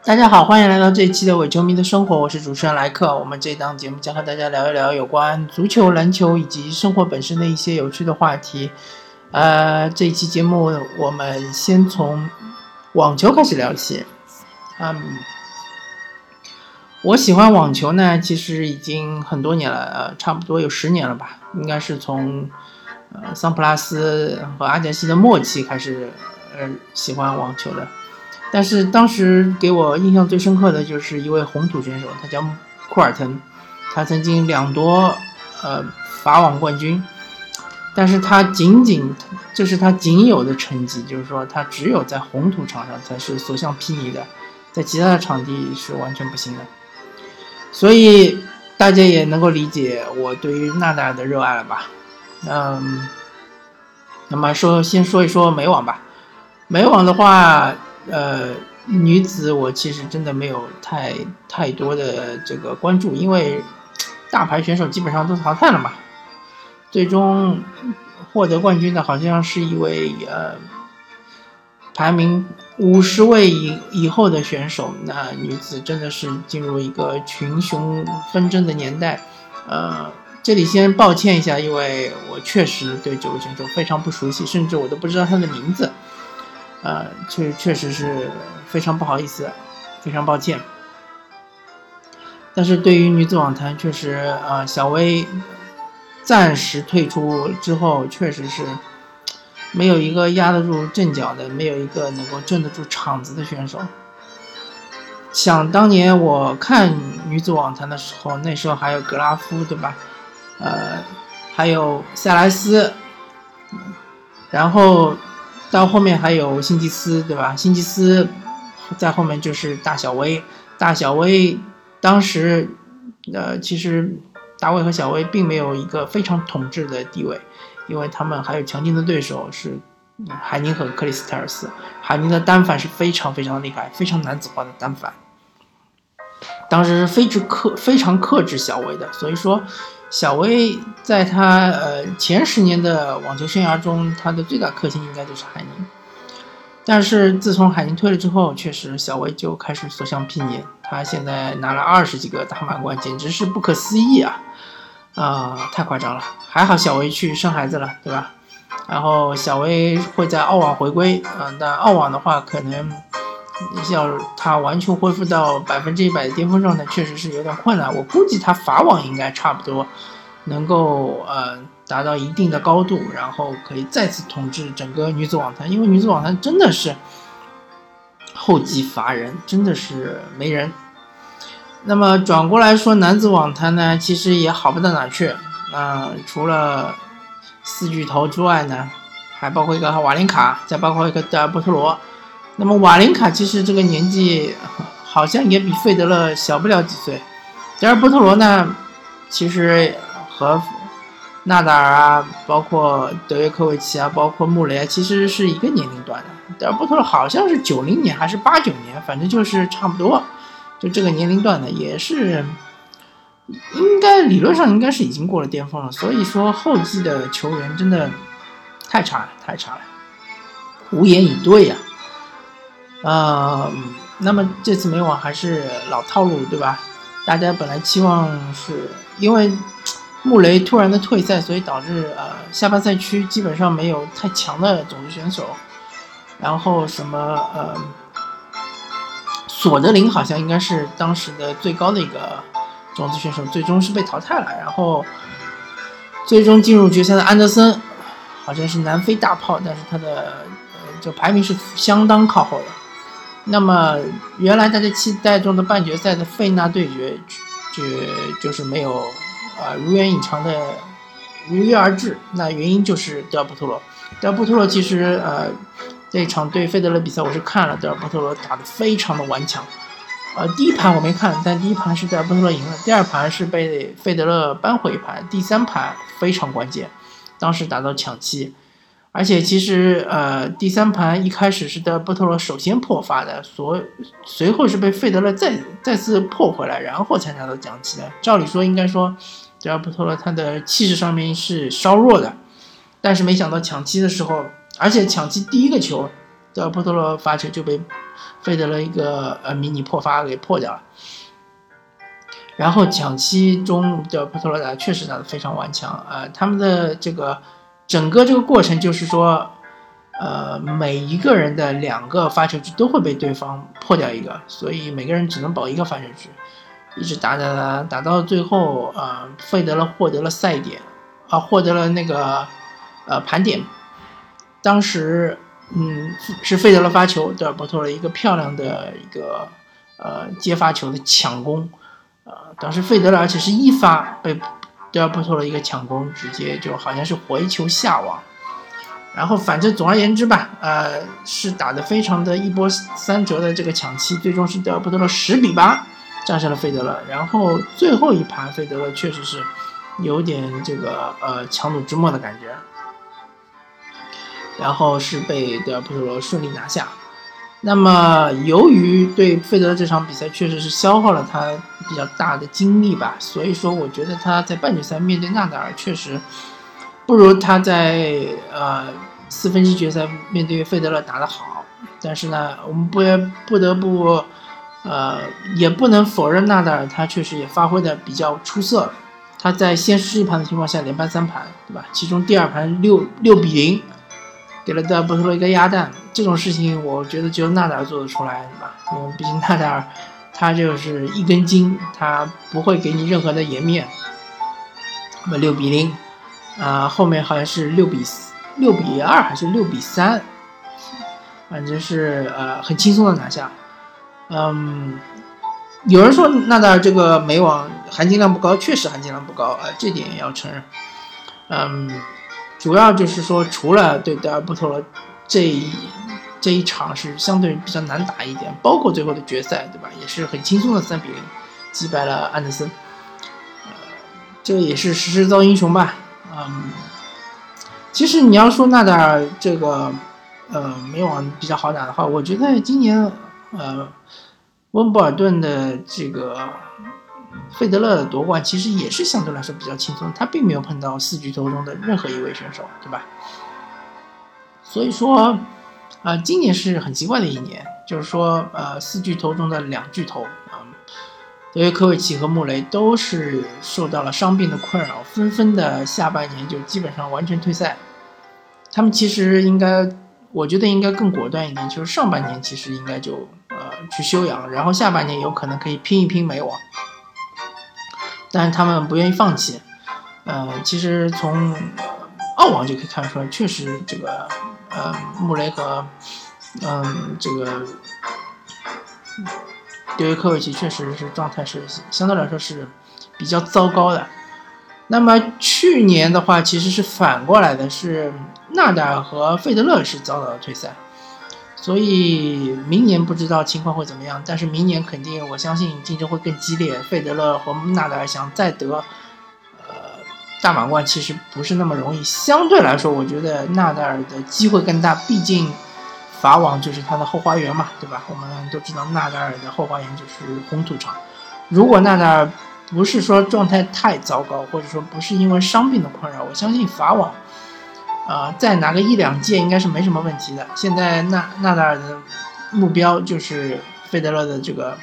大家好，欢迎来到这一期的伪球迷的生活，我是主持人莱克。我们这一档节目将和大家聊一聊有关足球、篮球以及生活本身的一些有趣的话题。这一期节目我们先从网球开始聊起。我喜欢网球呢，其实已经很多年了，差不多有10年了吧，应该是从桑普拉斯和阿加西的末期开始喜欢网球的。但是当时给我印象最深刻的就是一位红土选手，他叫库尔滕，他曾经2夺法网冠军，但是这是他仅有的成绩，就是说他只有在红土场上才是所向披靡的，在其他的场地是完全不行的。所以大家也能够理解我对于纳达尔的热爱了吧。那么先说一说美网吧。美网的话女子我其实真的没有太多的这个关注，因为大牌选手基本上都淘汰了嘛。最终获得冠军的好像是一位排名50位以后的选手。那女子真的是进入一个群雄纷争的年代。这里先抱歉一下，因为我确实对这位选手非常不熟悉，甚至我都不知道他的名字。确实是非常不好意思，非常抱歉。但是对于女子网坛，确实小威暂时退出之后，确实是没有一个压得住阵脚的，没有一个能够镇得住场子的选手。想当年我看女子网坛的时候，那时候还有格拉夫，对吧？还有塞莱斯，然后到后面还有辛吉斯，对吧？辛吉斯在后面就是大小威。大小威当时其实大卫和小威并没有一个非常统治的地位，因为他们还有强劲的对手是海宁和克里斯泰尔斯。海宁的单反是非常非常厉害，非常男子化的单反，当时非常克制小威的。所以说小威在他前10年的网球生涯中，他的最大克星应该就是海宁。但是自从海宁退了之后，确实小威就开始所向披靡，他现在拿了20几个大满贯，简直是不可思议啊！太夸张了。还好小威去生孩子了，对吧？然后小威会在澳网回归，但澳网的话可能要他完全恢复到100%的巅峰状态，确实是有点困难。我估计他法网应该差不多能够达到一定的高度，然后可以再次统治整个女子网坛。因为女子网坛真的是后继乏人，真的是没人。那么转过来说男子网坛呢，其实也好不到哪去。除了4巨头之外呢，还包括一个瓦林卡，再包括一个德尔波特罗。那么瓦林卡其实这个年纪好像也比费德勒小不了几岁。德尔波特罗呢，其实和纳达尔啊，包括德约科维奇啊，包括穆雷，其实是一个年龄段的。德尔波特罗好像是90年还是89年，反正就是差不多，就这个年龄段的，也是理论上应该是已经过了巅峰了。所以说后继的球员真的太差了，无言以对呀。那么这次美网还是老套路，对吧？大家本来期望是因为穆雷突然的退赛，所以导致下半赛区基本上没有太强的种子选手。然后什么索德林好像应该是当时的最高的一个种子选手，最终是被淘汰了。然后最终进入决赛的安德森好像是南非大炮，但是他的这排名是相当靠后的。那么原来大家期待中的半决赛的费纳对决就是没有如愿以偿的如约而至。那原因就是德尔波特罗。德尔波特罗其实这一场对费德勒比赛我是看了，德尔波特罗打得非常的顽强。第一盘我没看，但第一盘是德尔波特罗赢了，第二盘是被费德勒扳回一盘，第三盘非常关键，当时打到抢七。而且其实第三盘一开始是德尔波特罗首先破发的，随后是被费德勒再次破回来，然后才拿到奖旗的。照理说应该说德尔波特罗他的气势上面是稍弱的，但是没想到抢七的时候，而且抢七第一个球德尔波特罗发球就被费德勒一个迷你破发给破掉了。然后抢七中德尔波特罗确实打得非常顽强他们的这个整个这个过程就是说每一个人的2个发球局都会被对方破掉一个，所以每个人只能保1个发球局，一直打到最后费德勒获得了赛点获得了那个盘点。当时是费德勒发球，德尔波特罗一个漂亮的一个接发球的抢攻当时费德勒而且是一发被德尔波特罗一个抢攻直接就好像是回球下网。然后反正总而言之吧是打得非常的一波三折的这个抢七，最终是德尔波特罗10-8战胜了费德勒。然后最后一盘费德勒确实是有点这个强弩之末的感觉，然后是被德尔波特罗顺利拿下。那么由于对费德勒这场比赛确实是消耗了他比较大的精力吧，所以说我觉得他在半决赛面对纳达尔确实不如他在4分之一决赛面对费德勒打得好。但是呢我们不得不也不能否认纳达尔他确实也发挥的比较出色，他在先失1盘的情况下连扳3盘，对吧？其中第2盘6-0给了德尔波特罗一个鸭蛋，这种事情我觉得只有纳达尔做得出来，对吧？因为毕竟纳达尔他就是一根筋，他不会给你任何的颜面。那么6-0后面好像是6-2还是6-3，反正是很轻松的拿下。有人说纳达尔这个美网含金量不高，确实含金量不高这点也要承认。主要就是说除了对德尔波特罗这一场是相对比较难打一点，包括最后的决赛，对吧？也是很轻松的3-0击败了安德森。这也是时势造英雄吧。其实你要说纳达尔这个美网比较好打的话，我觉得今年温布尔顿的这个费德勒的夺冠其实也是相对来说比较轻松，他并没有碰到4巨头中的任何一位选手，对吧？所以说今年是很奇怪的一年，就是说4巨头中的2巨头德约科维奇和穆雷都是受到了伤病的困扰，纷纷的下半年就基本上完全退赛。他们其实我觉得应该更果断一点，就是上半年其实应该就去休养，然后下半年有可能可以拼一拼美网，但是他们不愿意放弃。其实从澳网就可以看出来，确实这个穆雷和这个德约科维奇确实是状态是相对来说是比较糟糕的。那么去年的话其实是反过来的，是纳达尔和费德勒是早早的退赛，所以明年不知道情况会怎么样，但是明年肯定我相信竞争会更激烈，费德勒和纳达尔想再得大满贯其实不是那么容易。相对来说我觉得纳达尔的机会更大，毕竟法网就是他的后花园嘛，对吧？我们都知道纳达尔的后花园就是红土场，如果纳达尔不是说状态太糟糕，或者说不是因为伤病的困扰，我相信法网再拿个1-2届应该是没什么问题的。现在纳达尔的目标就是费德勒的这个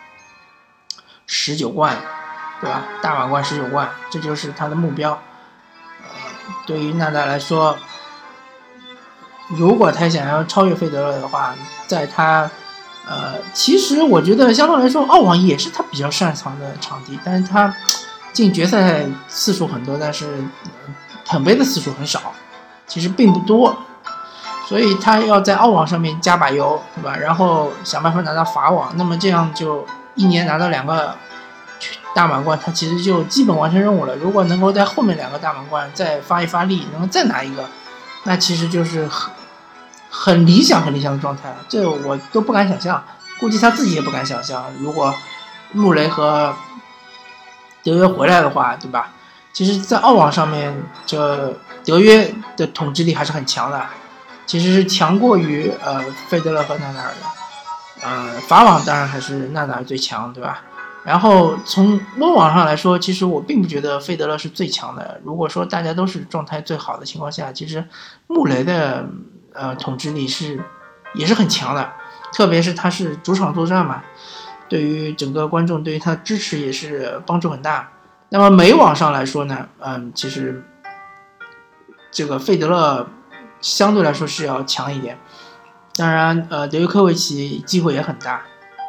19冠，对吧？大满贯19冠，这就是他的目标。对于纳达尔来说，如果他想要超越费德勒的话，在他其实我觉得相对来说澳网也是他比较擅长的场地，但是他进决赛次数很多，但是捧杯的次数很少，其实并不多，所以他要在澳网上面加把油，对吧？然后想办法拿到法网，那么这样就一年拿到2个大满贯，他其实就基本完成任务了。如果能够在后面2个大满贯再发一发力，能够再拿一个，那其实就是很理想的状态了，这我都不敢想象，估计他自己也不敢想象。如果穆雷和德约回来的话，对吧？其实在澳网上面，这德约的统治力还是很强的，其实是强过于费德勒和纳达尔的。法网当然还是纳达尔最强，对吧？然后从温网上来说，其实我并不觉得费德勒是最强的。如果说大家都是状态最好的情况下，其实穆雷的统治力是也是很强的，特别是他是主场作战嘛，对于整个观众对于他的支持也是帮助很大。那么美网上来说呢，其实这个费德勒相对来说是要强一点，当然德约科维奇机会也很大。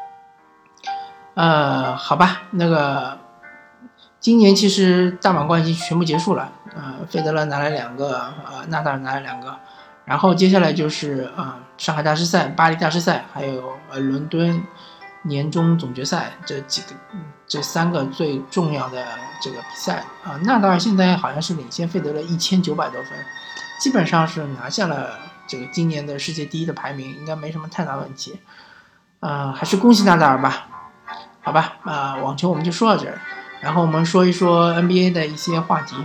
好吧，那个今年其实大满贯已经全部结束了，费德勒拿了2个，纳达尔拿了2个，然后接下来就是上海大师赛、巴黎大师赛，还有伦敦年终总决赛这3个最重要的这个比赛纳达尔现在好像是领先费德勒1900多分，基本上是拿下了这个今年的世界第1的排名，应该没什么太大问题。还是恭喜纳达尔吧。好吧，网球我们就说到这儿，然后我们说一说 NBA 的一些话题。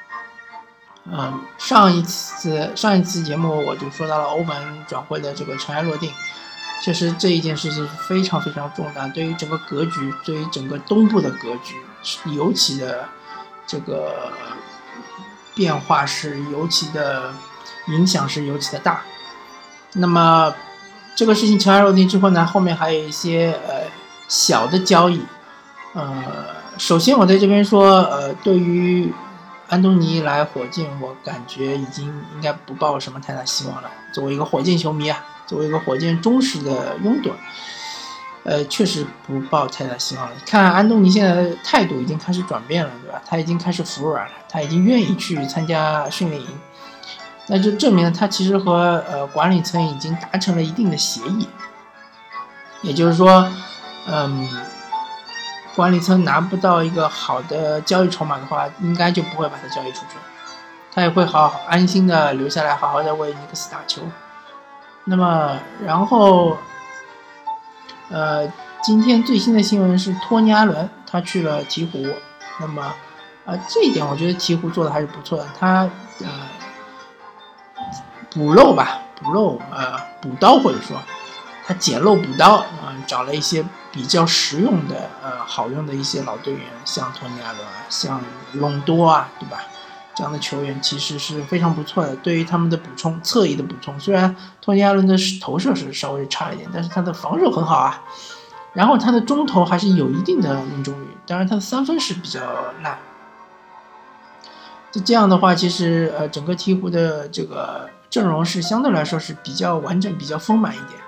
上一次节目我就说到了欧文转会的这个尘埃落定，确实这一件事情是非常非常重大，对于整个格局，对于整个东部的格局，尤其的这个变化是尤其的影响是尤其的大。那么这个事情尘埃落定之后呢，后面还有一些小的交易。首先我在这边说，对于安东尼来火箭，我感觉已经应该不抱什么太大希望了。作为一个火箭球迷作为一个火箭忠实的拥趸，确实不抱太大希望了。看安东尼现在的态度已经开始转变了，对吧？他已经开始服软了，他已经愿意去参加训练营，那就证明了他其实和管理层已经达成了一定的协议。也就是说，管理层拿不到一个好的交易筹码的话，应该就不会把他交易出去，他也会安心的留下来，好好的为尼克斯打球。那么然后今天最新的新闻是托尼·阿伦他去了鹈鹕。那么这一点我觉得鹈鹕做的还是不错的，他补刀，或者说他捡漏补刀，找了一些比较实用的好用的一些老队员，像托尼·阿伦像隆多对吧？这样的球员其实是非常不错的，对于他们的侧翼的补充。虽然托尼·阿伦的投射是稍微差一点，但是他的防守很好然后他的中投还是有一定的命中率，当然他的3分是比较烂。这样的话，其实整个鹈鹕的这个阵容是相对来说是比较完整、比较丰满一点。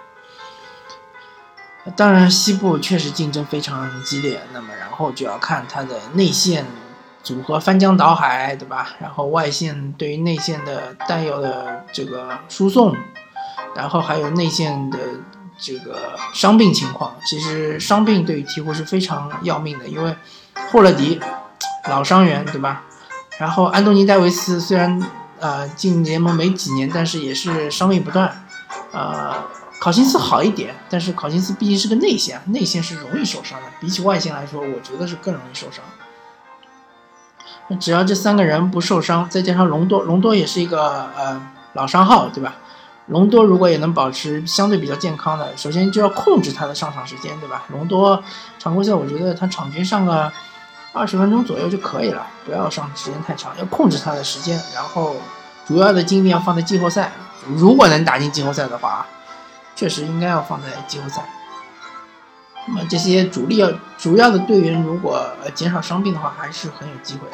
当然西部确实竞争非常激烈，那么然后就要看他的内线组合翻江倒海，对吧？然后外线对于内线的带有的这个输送，然后还有内线的这个伤病情况。其实伤病对于鹈鹕是非常要命的，因为霍勒迪老伤员，对吧？然后安东尼戴维斯虽然进联盟没几年，但是也是伤病不断。考辛斯好一点，但是考辛斯毕竟是个内线，内线是容易受伤的，比起外线来说，我觉得是更容易受伤。那只要这3个人不受伤，再加上隆多也是一个老伤号，对吧？隆多如果也能保持相对比较健康的，首先就要控制他的上场时间，对吧？隆多常规赛我觉得他场均上个20分钟左右就可以了，不要上时间太长，要控制他的时间，然后主要的精力要放在季后赛。如果能打进季后赛的话，确实应该要放在季后赛。那么这些主要的队员如果减少伤病的话，还是很有机会。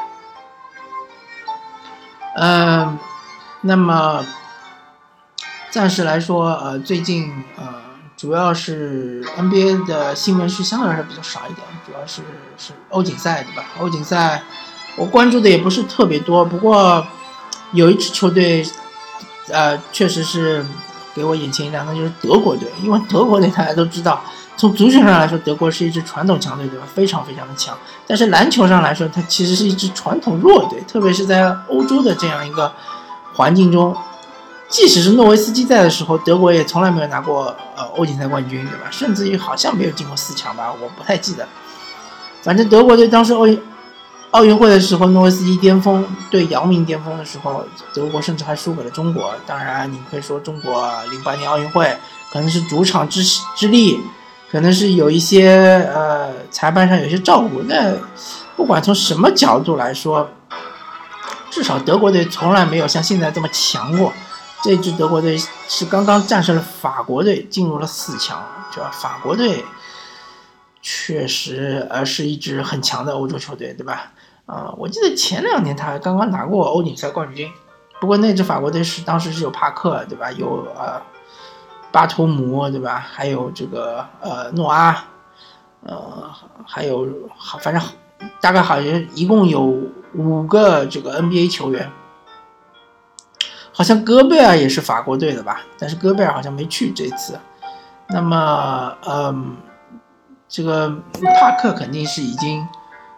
那么暂时来说，最近主要是 NBA 的新闻是相对来说比较少一点，主要是欧锦赛，对吧？欧锦赛我关注的也不是特别多，不过有一支球队确实是给我眼前一亮，那就是德国队。因为德国队大家都知道，从足球上来说，德国是一支传统强队，对吧？非常非常的强。但是篮球上来说，它其实是一支传统弱队，特别是在欧洲的这样一个环境中，即使是诺维斯基在的时候，德国也从来没有拿过欧锦赛冠军，对吧？甚至于好像没有进过4强吧，我不太记得。反正德国队当时奥运会的时候，诺维斯基巅峰对姚明巅峰的时候，德国甚至还输给了中国。当然你可以说中国08年奥运会可能是主场之力，可能是有一些裁判上有些照顾。那不管从什么角度来说，至少德国队从来没有像现在这么强过。 这支德国队是刚刚战胜了法国队，进入了4强，对吧？法国队确实是一支很强的欧洲球队，对吧？我记得前2年他刚刚拿过欧锦赛冠军，不过那支法国队当时是有帕克，对吧？有巴图姆，对吧？还有这个诺阿，还有反正大概好像一共有5个这个 NBA 球员。好像戈贝尔也是法国队的吧，但是戈贝尔好像没去这次。那么，这个帕克肯定是已经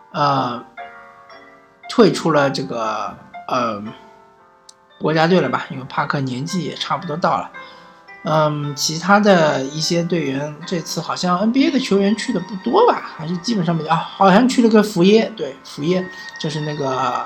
退出了这个国家队了吧，因为帕克年纪也差不多到了。其他的一些队员这次好像 NBA 的球员去的不多吧，还是基本上没好像去了个福耶，对，福耶就是那个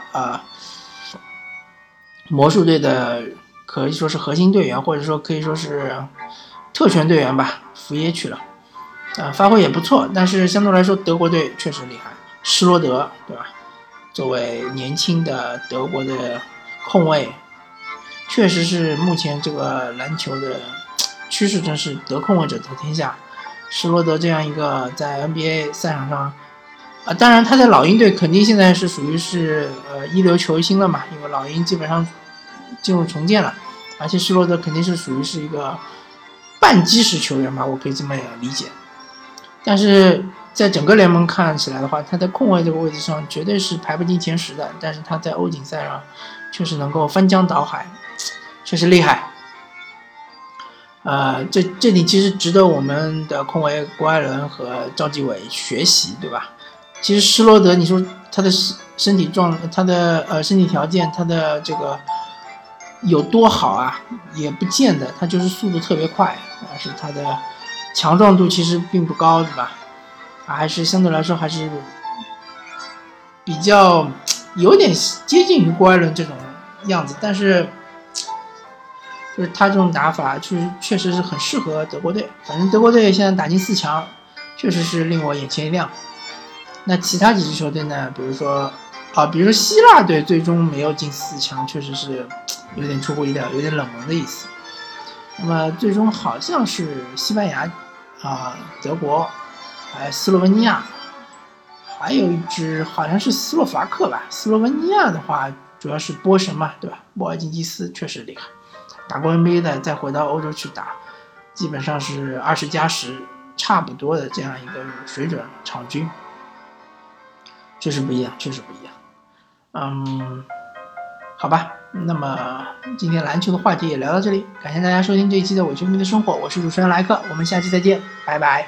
魔术队的可以说是核心队员，或者说可以说是特权队员吧，福耶去了，发挥也不错，但是相对来说德国队确实厉害，施罗德，对吧？作为年轻的德国的控卫，确实是目前这个篮球的趋势，真是得控卫者得天下。施罗德这样一个在 NBA 赛场上当然他在老鹰队肯定现在是属于是一流球星了嘛，因为老鹰基本上进入重建了，而且施罗德肯定是属于是一个半基石球员吧，我可以这么理解。但是在整个联盟看起来的话，他在控卫这个位置上绝对是排不进前10的，但是他在欧锦赛上确实能够翻江倒海，确实厉害。这里其实值得我们的控卫郭艾伦和赵继伟学习，对吧？其实施罗德，你说他的身体他的身体条件，他的这个有多好啊？也不见得，他就是速度特别快，但是他的强壮度其实并不高，对吧？还是相对来说还是比较有点接近于郭艾伦这种样子，但是就是他这种打法确实是很适合德国队。反正德国队现在打进4强，确实是令我眼前一亮。那其他几支球队呢？比如说希腊队最终没有进4强，确实是有点出乎意料，有点冷门的意思。那么最终好像是西班牙德国，斯洛文尼亚，还有一支好像是斯洛伐克吧。斯洛文尼亚的话主要是波神嘛，对吧？波尔津吉斯确实厉害，打过 NBA 的再回到欧洲去打，基本上是20+10差不多的这样一个水准场均。确实不一样。好吧，那么今天篮球的话题也聊到这里，感谢大家收听这一期的伪球迷的生活，我是主持人莱克，我们下期再见，拜拜。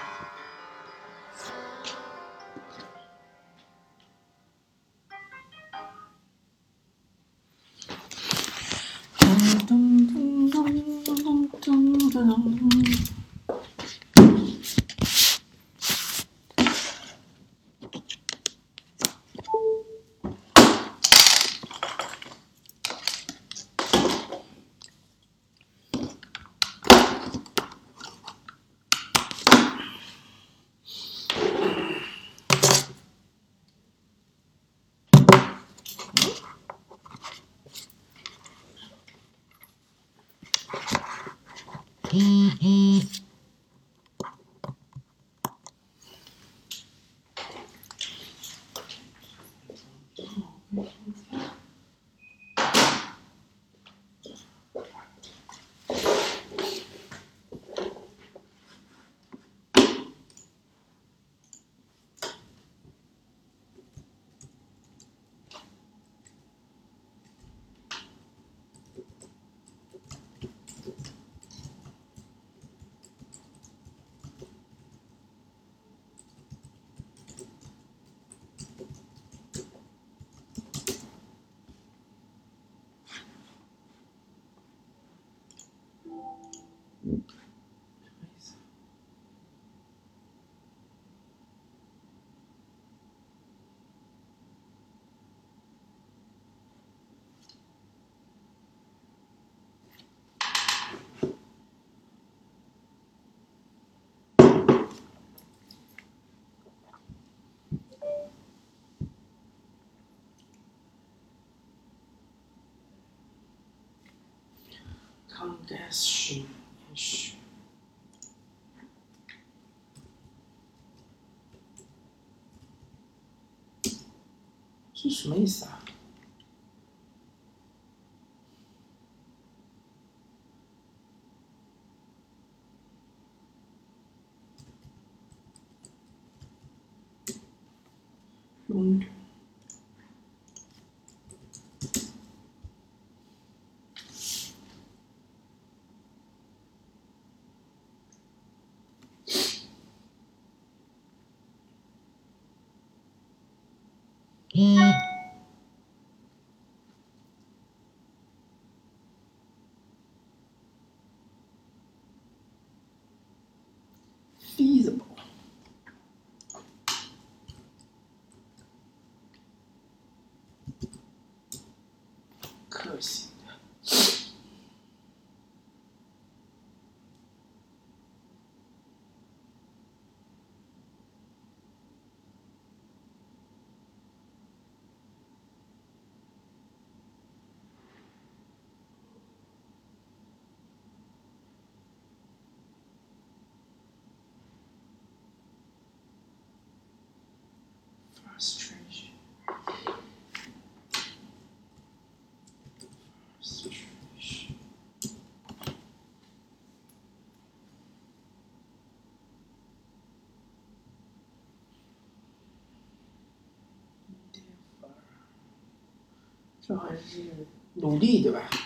该是这什么意思啊？feasible 可行的。frustration。这好像是努力对吧？